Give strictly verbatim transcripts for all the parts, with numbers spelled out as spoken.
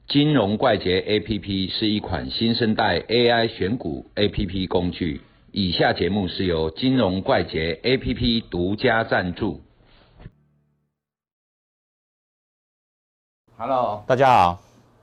金融怪杰 A P P 是一款新生代 A I 选股 A P P 工具。以下节目是由金融怪杰 A P P 独家赞助。 Hello， 大家好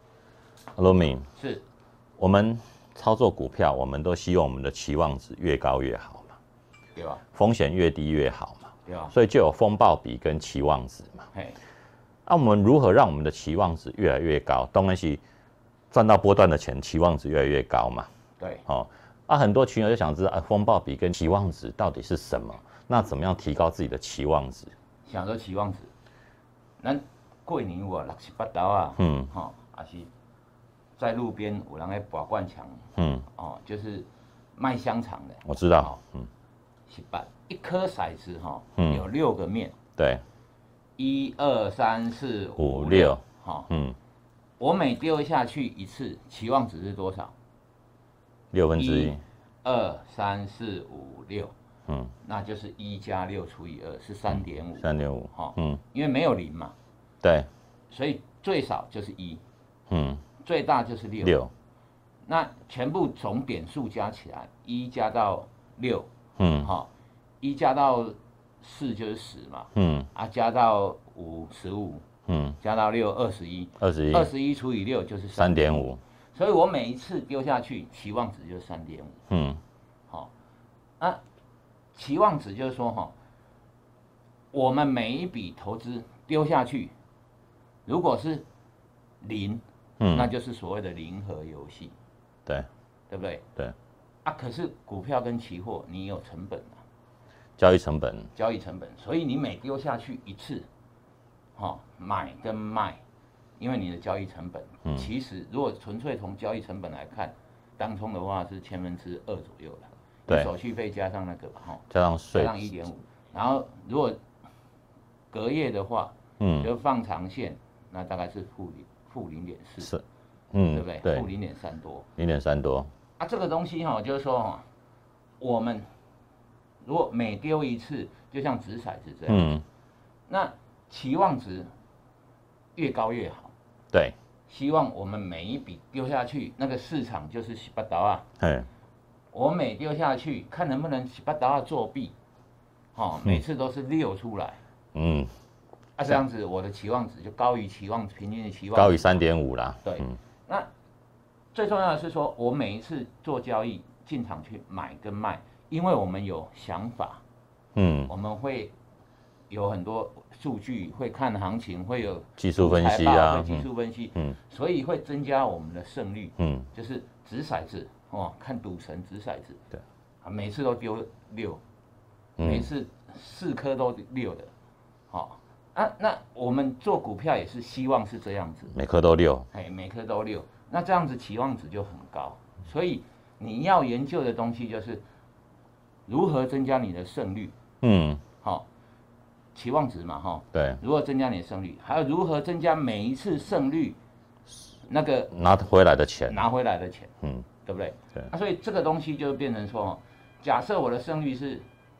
，Hello Min， 是我们操作股票，我们都希望我们的期望值越高越好嘛， 对吧？ 风险越低越好嘛， 对吧？ 所以就有风暴比跟期望值嘛。 嘿， 那、啊、我们如何让我们的期望值越来越高？当然是赚到波段的钱，期望值越来越高嘛。 对， 哦，啊，很多群友就想知道，啊，风暴比跟期望值到底是什么？那怎么样提高自己的期望值？ 想说期望值，咱过年有啊六七八刀啊，嗯，吼、哦，也是在路边有人在拔罐枪，嗯，哦，就是卖香肠的， 我知道， 哦、 嗯， 是把一颗骰子哈、哦，嗯，有六个面， 对， 一二三四五六， 好， 嗯， 我每丢下去一次，期望值是多少？ 六分之一， 二三四五六，嗯，那就是一加六除以二是三点五， 三点五， 哈，嗯，因为没有零嘛， 对， 所以最少就是一， 嗯， 最大就是六， 六， 那全部总点数加起来，一加到六，嗯，好，一加到四就是十嘛，嗯，啊，加到五十五，嗯，加到六二十一， 二十一， 二十一除以六就是三点五。 所以我每一次丢下去，期望值就是三点五。嗯，好，啊，期望值就是说哈，我们每一笔投资丢下去，如果是零，嗯，那就是所谓的零和游戏， 对， 对不对？ 对。 啊，可是股票跟期货你有成本啊， 交易成本， 交易成本，所以你每丢下去一次，哈，买跟卖。因为你的交易成本，嗯、其实如果纯粹从交易成本来看，当冲的话是千分之二左右的，对，手续费加上那个哈， 加上税， 加上一点五，然后如果隔夜的话，嗯，就放长线，那大概是负零负零点四，是，嗯，对不对？对，负零点三多， 零点三多。 啊，这个东西哈，就是说哈，我们如果每丢一次，就像掷骰子这样，嗯，那期望值越高越好。 对， 希望我们每一笔丢下去，那个市场就是洗八刀啊。嘿，我每丢下去，看能不能洗八刀啊作弊，哦，每次都是六出来。嗯，啊这样子我的期望值就高于期望平均的期望值， 高于三点五啦。 对，嗯、那最重要的是说，我每一次做交易进场去买跟卖，因为我们有想法，嗯，我们会有很多数据，会看行情，会有技术分析啊， 技术分析，嗯，所以会增加我们的胜率，嗯，就是掷骰子哦，看赌神掷骰子，对，啊，每次都丢六，嗯、每次四颗都六的，好、哦，啊，那我们做股票也是希望是这样子， 每颗都六， 哎，每颗都六，那这样子期望值就很高，所以你要研究的东西就是如何增加你的胜率，嗯，好、哦。期望值嘛，哈， 对， 如何增加你的胜率，还有如何增加每一次胜率那个拿回来的钱， 拿回来的钱，嗯，对不对？对，那、啊、所以这个东西就变成说，假设我的胜率是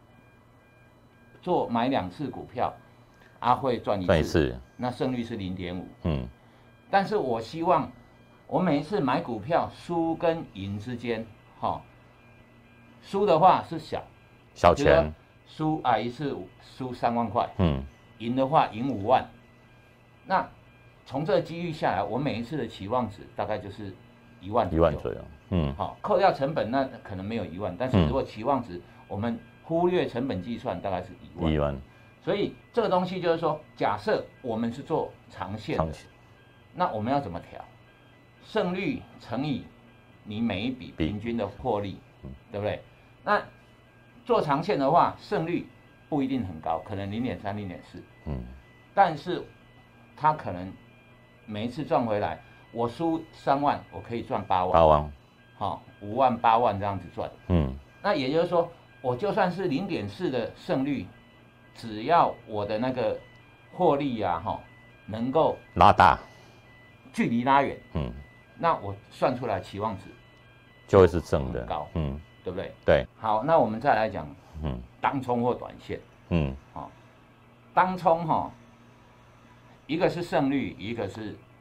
做买两次股票，啊会赚一次， 赚一次， 那胜率是零点五，嗯，但是我希望我每一次买股票输跟赢之间，哈，输的话是小小钱。 输啊一次输三万块，嗯，赢的话赢五万，那从这个机遇下来，我每一次的期望值大概就是一万一万左右，嗯， 好，扣掉成本那可能没有一万，但是如果期望值、嗯、我们忽略成本计算，大概是一万， 一万， 所以这个东西就是说，假设我们是做长线的，那我们要怎么调？胜率乘以你每一笔平均的获利，嗯、对不对？那做长线的话，胜率不一定很高，可能零点三、零点四。嗯，但是它可能每一次赚回来，我输三万，我可以赚八万。 八万， 好、哦，五万、八万这样子赚。嗯，那也就是说，我就算是零点四的胜率，只要我的那个获利呀、啊，哈，能够拉大， 距离拉远，嗯，那我算出来期望值就会是正的， 高，嗯。对不对？ 对。 好，那我们再来讲，嗯，当冲或短线，嗯，好、哦，当冲哈、哦，一个是胜率，一个是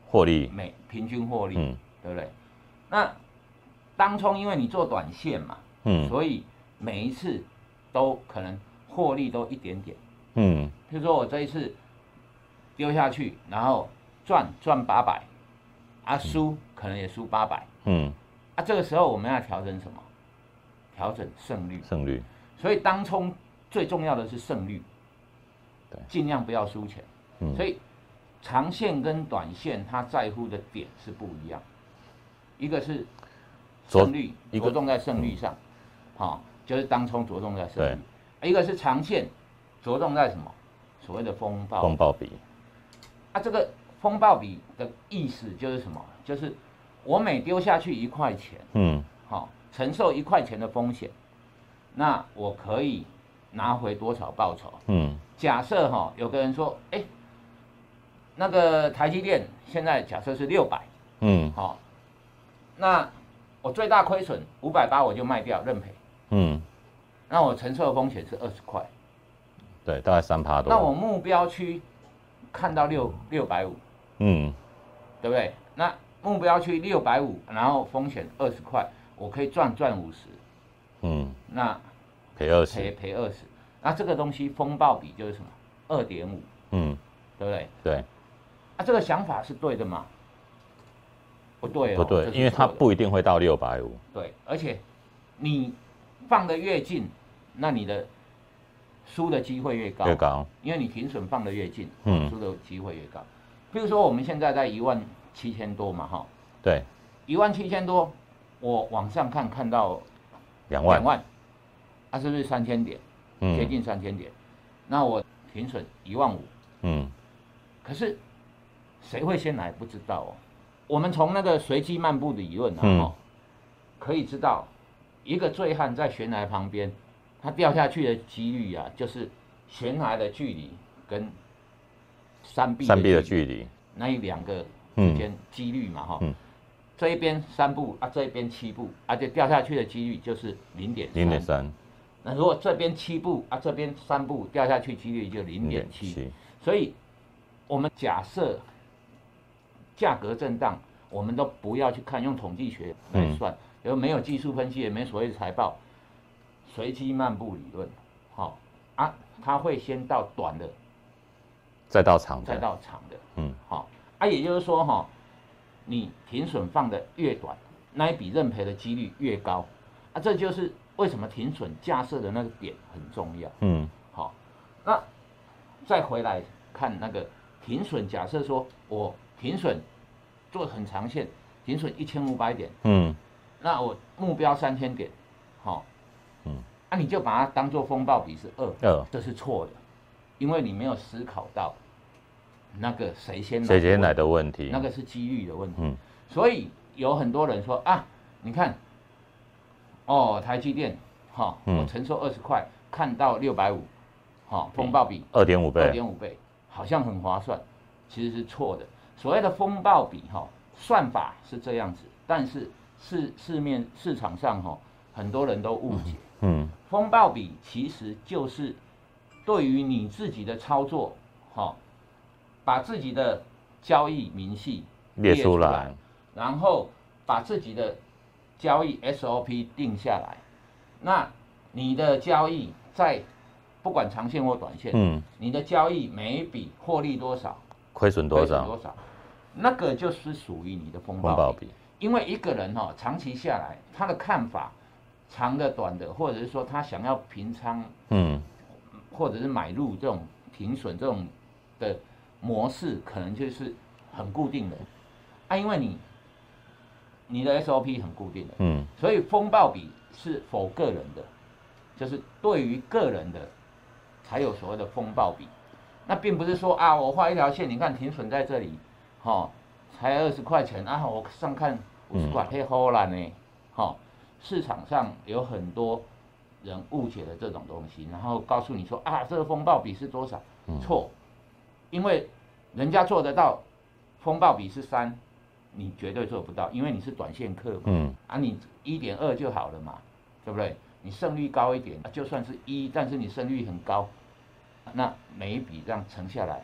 获利每平均获利， 嗯， 对不对？那当冲因为你做短线嘛， 嗯， 所以每一次都可能获利都一点点， 嗯， 譬如说我这一次丢下去，然后赚赚八百，啊输可能也输八百， 嗯， 啊这个时候我们要调整什么？调整胜率， 胜率， 所以当冲最重要的是胜率， 对， 尽量不要输钱， 嗯， 所以长线跟短线它在乎的点是不一样，一个是胜率， 一个着重在胜率上，好、哦，就是当冲着重在胜率； 对， 一个是长线，着重在什么？所谓的风暴风暴比。 啊，这个风暴比的意思就是什么？就是我每丢下去一块钱， 嗯， 好、哦，承受一块钱的风险，那我可以拿回多少报酬？ 嗯， 假设哈、哦，有个人说，哎，那个台积电现在假设是六百， 嗯， 好、哦，那我最大亏损五百八我就卖掉认赔， 嗯， 那我承受的风险是二十块， 对，大概三趴多。 那我目标区看到六六百五， 嗯， 对不对？那目标区六百五，然后风险二十块，我可以赚赚五十， 嗯， 那赔二赔十， 赔二十，那这个东西风暴比就是什么？二点五， 嗯， 对不对？ 对， 啊，这个想法是对的吗？不对哦， 不对，因为它不一定会到六百五。 对，而且你放得越近，那你的输的机会越高， 越高， 因为你停损放得越近， 嗯输的机会越高。比如说我们现在在一万七千多嘛，哈， 对， 一万七千多，我往上看看到两万， 两万，啊，是不是三千点？ 嗯接近三千点，那我停损一万五， 嗯， 可是谁会先来不知道哦。我们从那个随机漫步的理论啊， 嗯哦，可以知道一个醉汉在悬崖旁边，他掉下去的几率啊，就是悬崖的距离跟山壁山壁的距离， 那一两个之间几率嘛，哈、 嗯， 这一边三步啊，这一边七步，啊，就掉下去的几率就是零点零点三， 那如果这边七步啊，这边三步掉下去几率就零点七，所以我们假设价格震荡，我们都不要去看，用统计学来算，因为没有技术分析，也没所谓的财报，随机漫步理论，好、哦、啊，它会先到短的， 再到长的， 再到长的， 嗯， 好、哦、啊，也就是说哈、哦，你停损放的越短，那一笔认赔的几率越高，啊，这就是为什么停损架设的那个点很重要， 嗯， 好、哦，那再回来看那个停损，假设说我停损做很长线，停损一千五百点， 嗯， 那我目标三千点，好、哦， 嗯， 那、啊、你就把它当做风暴比是二， 二， 这是错的，因为你没有思考到那个谁先来谁先来的问题， 那个是几率的问题， 嗯， 所以有很多人说啊，你看，哦，台积电，哈、哦， 嗯我承受二十块，看到六百五，好，风暴比二点五倍， 二点五倍，好像很划算，其实是错的。所谓的风暴比哈、哦，算法是这样子，但是市市面市场上哈、哦，很多人都误解。 嗯， 风暴比其实就是对于你自己的操作，哈、哦，把自己的交易明细列出来， 然后把自己的交易 S O P 定下来。那你的交易在不管长线或短线， 嗯， 你的交易每一笔获利多少， 亏损多少， 多少，那个就是属于你的风暴比。 风暴比， 因为一个人哈、哦，长期下来，他的看法，长的、短的，或者是说他想要平仓， 嗯， 或者是买入这种停损这种的模式，可能就是很固定的啊，因为你你的 S O P 很固定的， 嗯， 所以风暴比是否个人的，就是对于个人的才有所谓的风暴比。那并不是说啊，我画一条线，你看停损在这里，哦，才二十块钱啊，我上看五十块，嘿好烂呢，哈，市场上有很多人误解了这种东西，然后告诉你说啊，这个风暴比是多少？错，因为人家做得到，风暴比是三，你绝对做不到，因为你是短线客嘛， 嗯， 啊，你一点二就好了嘛，对不对？你胜率高一点，就算是一，但是你胜率很高。那每一笔这样乘下来，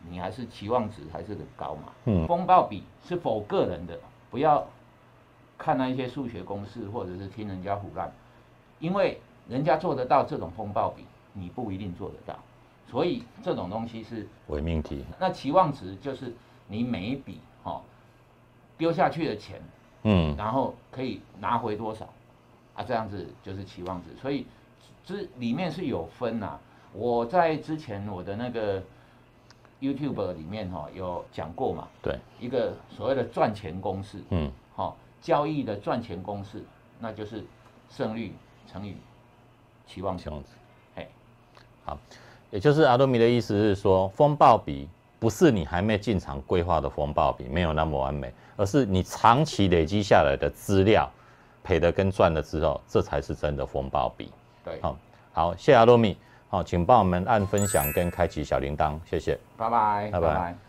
你还是期望值还是很高嘛。 嗯， 风暴比是否个人的，不要看那一些数学公式或者是听人家胡乱，因为人家做得到这种风暴比，你不一定做得到，所以这种东西是伪命题。 那期望值就是你每一笔哦丢下去的钱， 嗯， 然后可以拿回多少啊？这样子就是期望值，所以这里面是有分呐、啊。我在之前我的那个 YouTube 里面哈、哦、有讲过嘛， 对， 一个所谓的赚钱公式， 嗯， 好、哦，交易的赚钱公式，那就是胜率乘以期望值。嘿， 好，也就是阿多米的意思是说，风暴比不是你还没进场规划的风暴比，没有那么完美，而是你长期累积下来的资料，赔的跟赚了之后，这才是真的风暴比。 对， 好，好，谢谢阿多米。好，请帮我们按分享跟开启小铃铛，谢谢， 拜拜， 拜拜。 拜拜。